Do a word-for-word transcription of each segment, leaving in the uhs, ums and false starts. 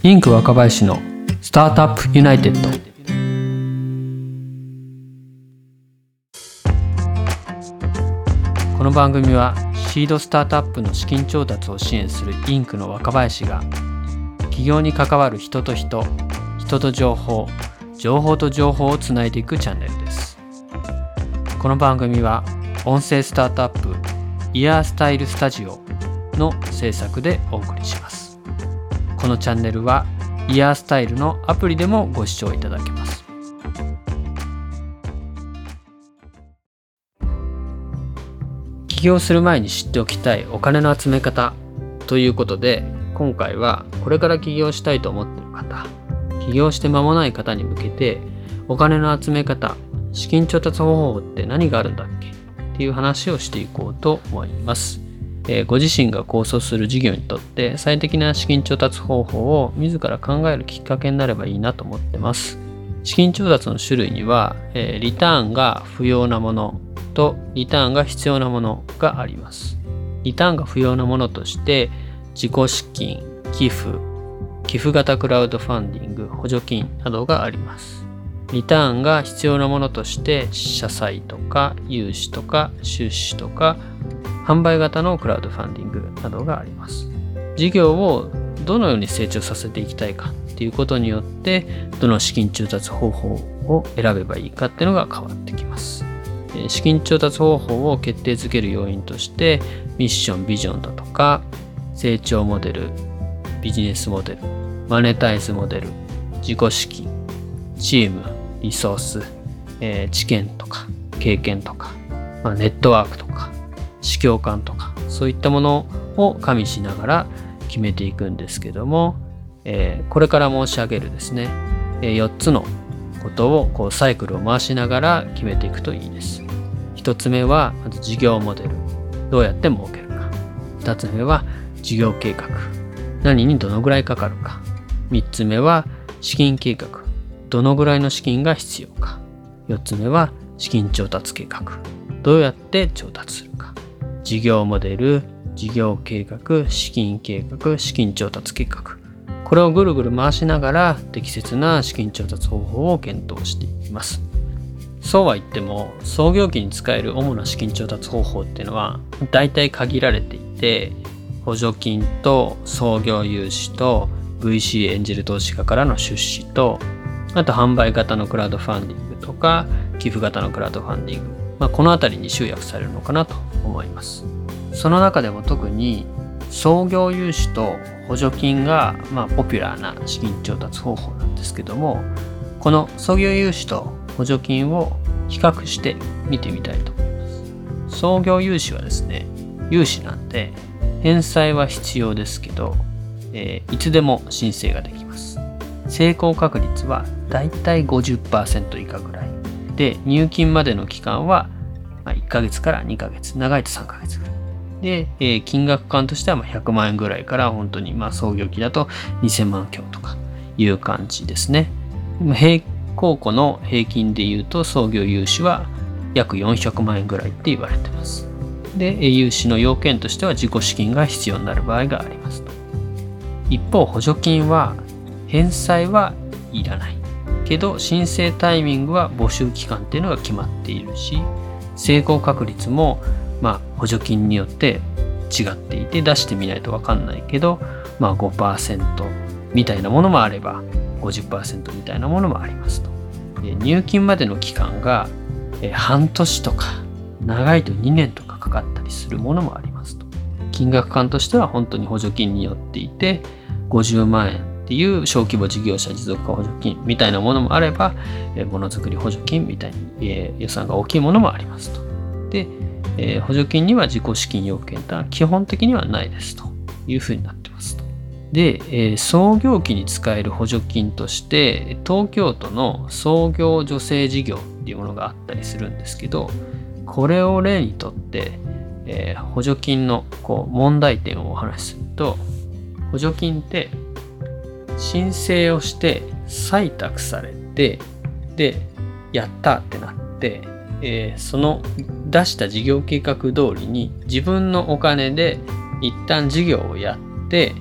インク若林のスタートアップユナイテッド。この番組はシードスタートアップの資金調達を支援するインクの若林が、起業に関わる人と人、人と情報、情報と情報をつないでいくチャンネルです。この番組は音声スタートアップイヤースタイルスタジオの制作でお送りします。このチャンネルはイヤースタイルのアプリでもご視聴いただけます。起業する前に知っておきたいお金の集め方ということで、今回はこれから起業したいと思っている方、起業して間もない方に向けて、お金の集め方、資金調達方法って何があるんだっけっていう話をしていこうと思います。えー、ご自身が構想する事業にとって最適な資金調達方法を自ら考えるきっかけになればいいなと思ってます。資金調達の種類には、えー、リターンが不要なものとリターンが必要なものがあります。リターンが不要なものとして自己資金、寄付、寄付型クラウドファンディング、補助金などがあります。リターンが必要なものとして社債とか融資とか出資とか販売型のクラウドファンディングなどがあります。事業をどのように成長させていきたいかっていうことによって、どの資金調達方法を選べばいいかっていうのが変わってきます。資金調達方法を決定づける要因として、ミッション、ビジョンだとか、成長モデル、ビジネスモデル、マネタイズモデル、自己資金、チーム、リソース、えー、知見とか経験とか、まあ、ネットワークとか市況感とか、そういったものを加味しながら決めていくんですけども、えー、これから申し上げるですね、えー、よっつのことをこうサイクルを回しながら決めていくといいです。ひとつめはまず事業モデル、どうやって儲けるか。ふたつめは事業計画、何にどのぐらいかかるか。みっつめは資金計画、どのぐらいの資金が必要か。よっつめは資金調達計画、どうやって調達するか。事業モデル、事業計画、資金計画、資金調達計画。これをぐるぐる回しながら適切な資金調達方法を検討していきます。そうは言っても、創業期に使える主な資金調達方法っていうのは大体限られていて、補助金と創業融資と ブイシー エンジェル投資家からの出資と、あと販売型のクラウドファンディングとか寄付型のクラウドファンディング、まあ、このあたりに集約されるのかなと思います。その中でも特に創業融資と補助金がまあポピュラーな資金調達方法なんですけども、この創業融資と補助金を比較して見てみたいと思います。創業融資はですね、融資なんで返済は必要ですけど、えー、いつでも申請ができます。成功確率はだいたい ごじゅっパーセント 以下ぐらいで、入金までの期間はいっかげつからにかげつ、長いとさんかげつぐらいで、えー、金額感としてはひゃくまんえんぐらいから、本当にまあ創業期だとにせんまん強とかいう感じですね。平公庫の平均でいうと創業融資は約よんひゃくまんえんぐらいって言われてます。で、融資の要件としては自己資金が必要になる場合がありますと。一方、補助金は返済はいらないけど、申請タイミングは募集期間っていうのが決まっているし、成功確率もまあ補助金によって違っていて、出してみないと分かんないけど、まあ ごパーセント みたいなものもあれば ごじゅっパーセント みたいなものもありますと。入金までの期間が半年とか長いとにねんとかかかったりするものもありますと。金額感としては本当に補助金によっていて、ごじゅうまんえんっていう小規模事業者持続化補助金みたいなものもあれば、ものづくり補助金みたいに、えー、予算が大きいものもありますと。で、えー、補助金には自己資金要件とは基本的にはないですというふうになってますと。で、えー、創業期に使える補助金として、東京都の創業助成事業っていうものがあったりするんですけど、これを例にとって、えー、補助金のこう問題点をお話しすると、補助金って申請をして採択されて、でやったってなって、えー、その出した事業計画通りに自分のお金で一旦事業をやって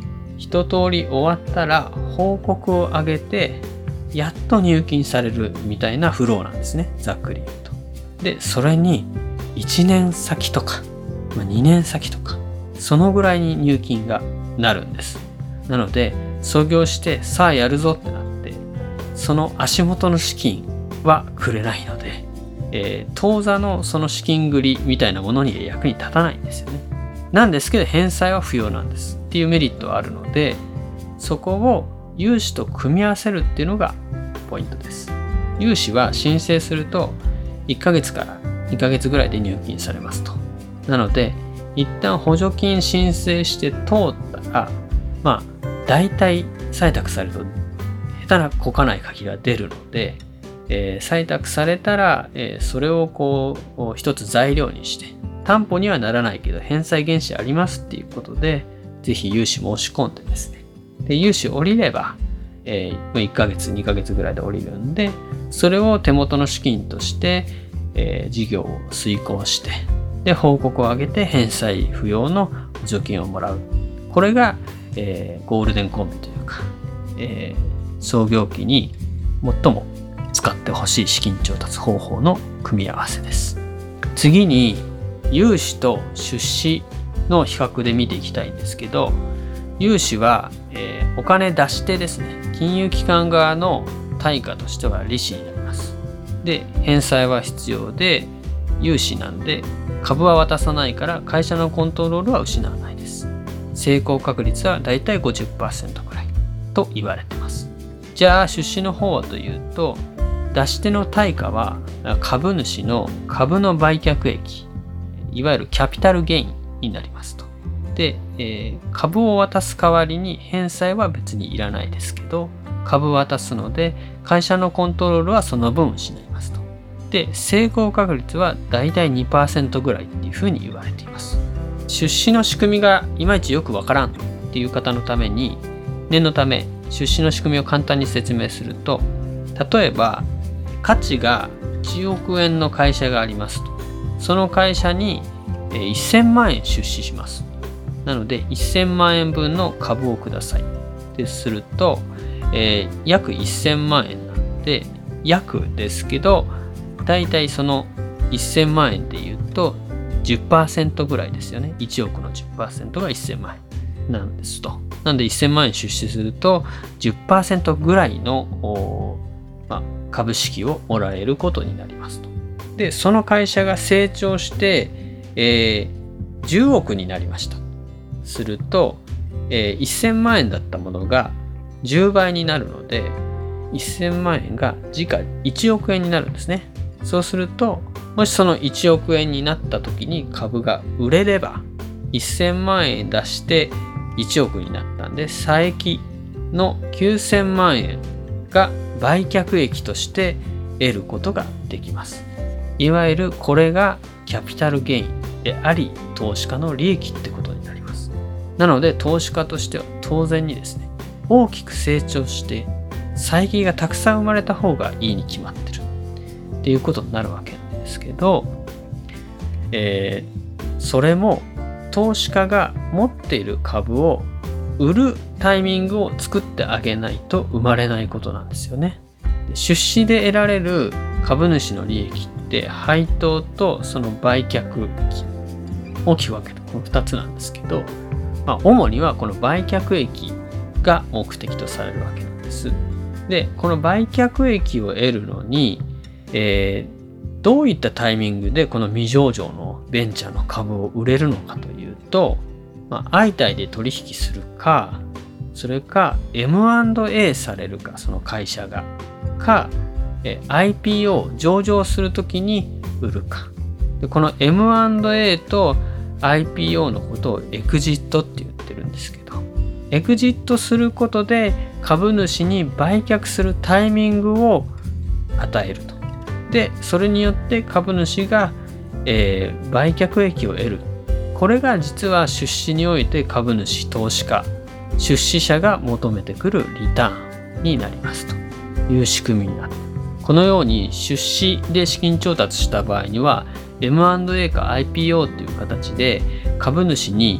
一通り終わったら報告を上げてやっと入金されるみたいなフローなんですね、ざっくり言うと。でそれにいちねん先とか、まあ、にねん先とかそのぐらいに入金がなるんです。なので創業してさあやるぞってなってその足元の資金はくれないので、えー、当座のその資金繰りみたいなものには役に立たないんですよね。なんですけど返済は不要なんですっていうメリットはあるので、そこを融資と組み合わせるっていうのがポイントです。融資は申請するといっかげつからにかげつぐらいで入金されますと。なので一旦補助金申請して通ったら、まあ大体採択されると下手なこかない鍵が出るので、えー、採択されたら、えー、それをこう一つ材料にして担保にはならないけど返済原資ありますっていうことでぜひ融資申し込んでですね、で融資降りれば、えー、いっかげつにかげつぐらいで降りるんで、それを手元の資金として、えー、事業を遂行してで報告を上げて返済不要の補助金をもらう。これが、えー、ゴールデンコンビというか、えー、創業期に最も使ってほしい資金調達方法の組み合わせです。次に融資と出資の比較で見ていきたいんですけど、融資は、えー、お金出し手ですね、金融機関側の対価としては利子になります。で返済は必要で、融資なんで株は渡さないから会社のコントロールは失わないです。成功確率はだいたい ごじゅっパーセント くらいと言われてます。じゃあ出資の方はというと、出し手の対価は株主の株の売却益、いわゆるキャピタルゲインになりますと。で、えー、株を渡す代わりに返済は別にいらないですけど、株を渡すので会社のコントロールはその分失いますと。で、成功確率はだいたい にパーセント ぐらいっていうふうに言われています。出資の仕組みがいまいちよくわからんっていう方のために、念のため出資の仕組みを簡単に説明すると、例えば価値がいちおくえんの会社がありますと。その会社にせんまんえん出資します。なのでせんまんえんぶんの株をくださいってすると、えー、約せんまんえんなので、約ですけどだいたいそのせんまんえんでいうと じゅっパーセント ぐらいですよね。いちおくの じゅっパーセント がせんまんえんなんですと。なんでせんまんえん出資すると じゅっパーセント ぐらいの、まあ、株式をもらえることになりますと。でその会社が成長して、えー、じゅうおくになりましたすると、えー、せんまんえんだったものがじゅうばいになるのでせんまんえんが時価いちおくえんになるんですね。そうするともしそのいちおくえんになった時に株が売れればせんまんえん出していちおくになったんで、差益のきゅうせんまんえんが売却益として得ることができます。いわゆるこれがキャピタルゲインであり投資家の利益ってことになります。なので投資家としては当然にですね、大きく成長して差益がたくさん生まれた方がいいに決まってるっていうことになるわけなんですけど、えー、それも投資家が持っている株を売るタイミングを作ってあげないと生まれないことなんですよね。出資で得られる株主の利益って配当とその売却益、大きく分けてこのふたつなんですけど、まあ、主にはこの売却益が目的とされるわけなんです。でこの売却益を得るのに、えー、どういったタイミングでこの未上場のベンチャーの株を売れるのかというと、まあ、相対で取引するか、それか エムアンドエー されるか、その会社がか、え アイピーオー 上場するときに売るか。でこの エムアンドエー と アイピーオー のことをエクジットって言ってるんですけど、エクジットすることで株主に売却するタイミングを与えると。でそれによって株主が、えー、売却益を得る。これが実は出資において株主、投資家、出資者が求めてくるリターンになりますという仕組みになる。このように出資で資金調達した場合には エムアンドエー か アイピーオー という形で株主に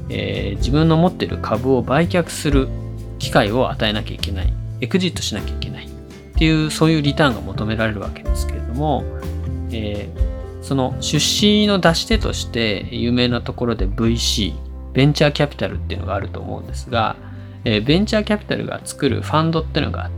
えー、自分の持っている株を売却する機会を与えなきゃいけない、エクジットしなきゃいけないっていう、そういうリターンが求められるわけですけれども、えー、その出資の出し手として有名なところで ブイシー、ベンチャーキャピタルっていうのがあると思うんですが、えー、ベンチャーキャピタルが作るファンドっていうのがあって、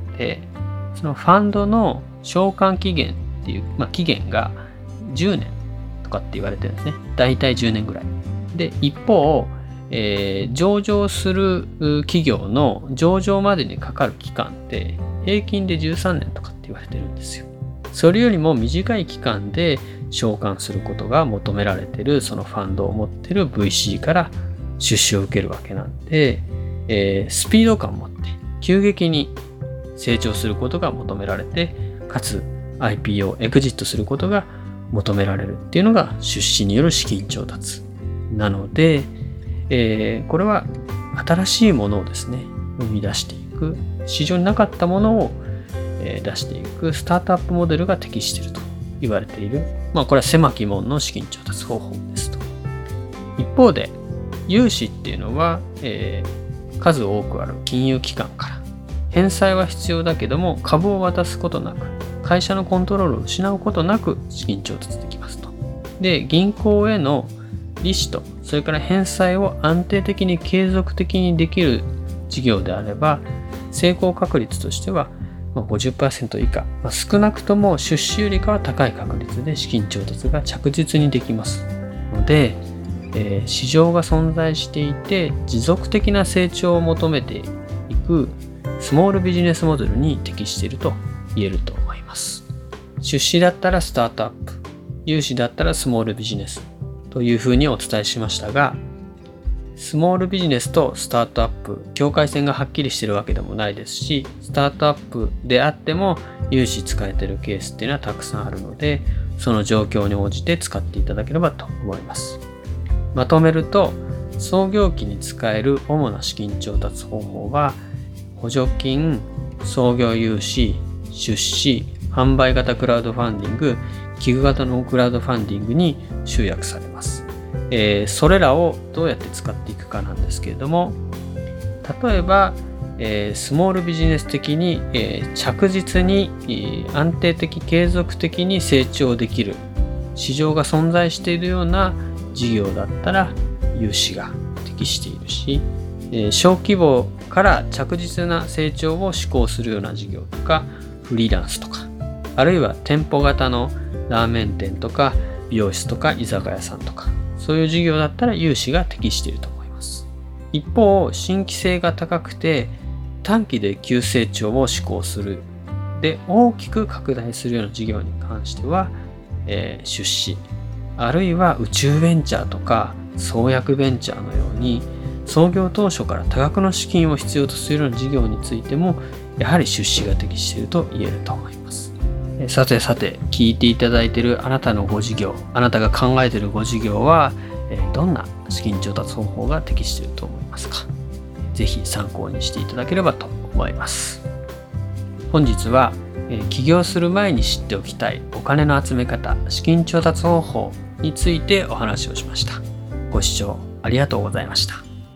そのファンドの償還期限っていう、まあ、期限がじゅうねんとかって言われてるんですね。だいたいじゅうねんぐらい。で、一方、えー、上場する企業の上場までにかかる期間って平均でじゅうさんねんとかって言われてるんですよ。それよりも短い期間で償還することが求められてる、そのファンドを持ってる ブイシー から出資を受けるわけなんで、えー、スピード感を持って急激に成長することが求められて、かつ アイピーオー、エクジットすることが求められるっていうのが出資による資金調達なので、えー、これは新しいものをですね、生み出していく、市場になかったものを出していくスタートアップモデルが適していると言われている、まあこれは狭き門の資金調達方法ですと。一方で、融資っていうのは、えー、数多くある金融機関から返済は必要だけども株を渡すことなく、会社のコントロールを失うことなく資金調達できますと。で、銀行への利子と、それから返済を安定的に継続的にできる事業であれば、成功確率としては ごじゅっパーセント 以下、まあ、少なくとも出資よりかは高い確率で資金調達が着実にできますので、えー、市場が存在していて持続的な成長を求めていくスモールビジネスモデルに適していると言えると思います。出資だったらスタートアップ、融資だったらスモールビジネスというふうにお伝えしましたが、スモールビジネスとスタートアップ、境界線がはっきりしているわけでもないですし、スタートアップであっても融資使えているケースっていうのはたくさんあるので、その状況に応じて使っていただければと思います。まとめると、創業期に使える主な資金調達方法は、補助金、創業融資、出資、販売型クラウドファンディング、寄付型のクラウドファンディングに集約されます。えー、それらをどうやって使っていくかなんですけれども、例えば、えー、スモールビジネス的に、えー、着実に、えー、安定的継続的に成長できる市場が存在しているような事業だったら融資が適しているし、えー、小規模から着実な成長を志向するような事業とか、フリーランスとか、あるいは店舗型のラーメン店とか美容室とか居酒屋さんとか、そういう事業だったら融資が適していると思います。一方、新規性が高くて短期で急成長を志向するで大きく拡大するような事業に関しては、えー、出資、あるいは宇宙ベンチャーとか創薬ベンチャーのように創業当初から多額の資金を必要とするような事業についてもやはり出資が適していると言えると思います。さてさて、聞いていただいているあなたのご事業、あなたが考えているご事業はどんな資金調達方法が適していると思いますか？ぜひ参考にしていただければと思います。本日は起業する前に知っておきたいお金の集め方、資金調達方法についてお話をしました。ご視聴ありがとうございました。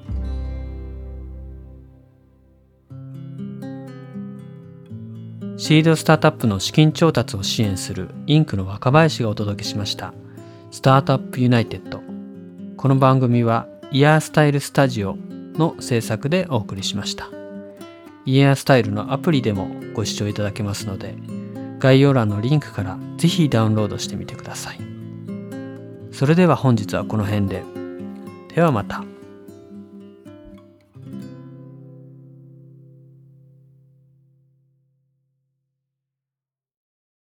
シードスタートアップの資金調達を支援するインクの若林がお届けしましたスタートアップユナイテッド。この番組はイヤースタイルスタジオの制作でお送りしました。イヤースタイルのアプリでもご視聴いただけますので、概要欄のリンクからぜひダウンロードしてみてください。それでは本日はこの辺で。ではまた。